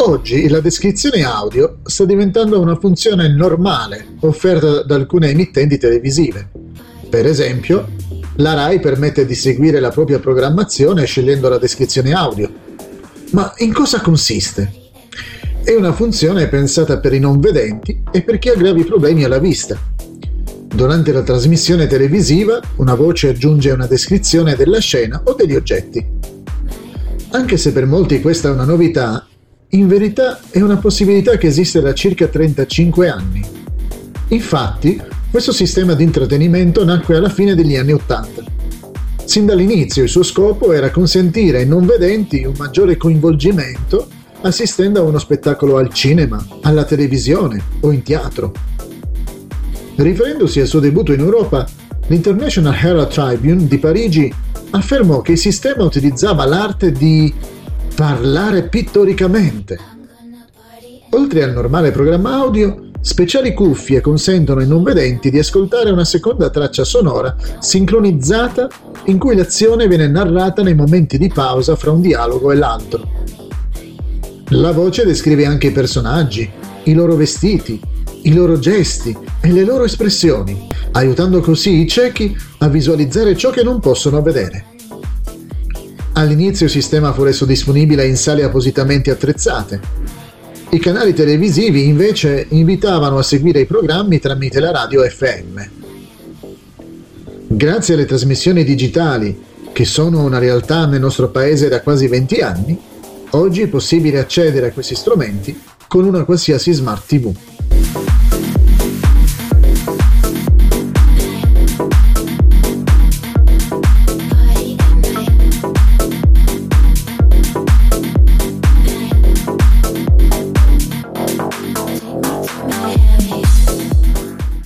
Oggi la descrizione audio sta diventando una funzione normale offerta da alcune emittenti televisive. Per esempio, la Rai permette di seguire la propria programmazione scegliendo la descrizione audio. Ma in cosa consiste? È una funzione pensata per i non vedenti e per chi ha gravi problemi alla vista. Durante la trasmissione televisiva, una voce aggiunge una descrizione della scena o degli oggetti. Anche se per molti questa è una novità, in verità è una possibilità che esiste da circa 35 anni. Infatti, questo sistema di intrattenimento nacque alla fine degli anni '80. Sin dall'inizio il suo scopo era consentire ai non vedenti un maggiore coinvolgimento assistendo a uno spettacolo al cinema, alla televisione o in teatro. Riferendosi al suo debutto in Europa, l'International Herald Tribune di Parigi affermò che il sistema utilizzava l'arte di parlare pittoricamente. Oltre al normale programma audio, speciali cuffie consentono ai non vedenti di ascoltare una seconda traccia sonora sincronizzata in cui l'azione viene narrata nei momenti di pausa fra un dialogo e l'altro. La voce descrive anche i personaggi, i loro vestiti, i loro gesti e le loro espressioni, aiutando così i ciechi a visualizzare ciò che non possono vedere. All'inizio il sistema fu reso disponibile in sale appositamente attrezzate. I canali televisivi invece invitavano a seguire i programmi tramite la radio FM. Grazie alle trasmissioni digitali, che sono una realtà nel nostro paese da quasi 20 anni, oggi è possibile accedere a questi strumenti con una qualsiasi Smart TV.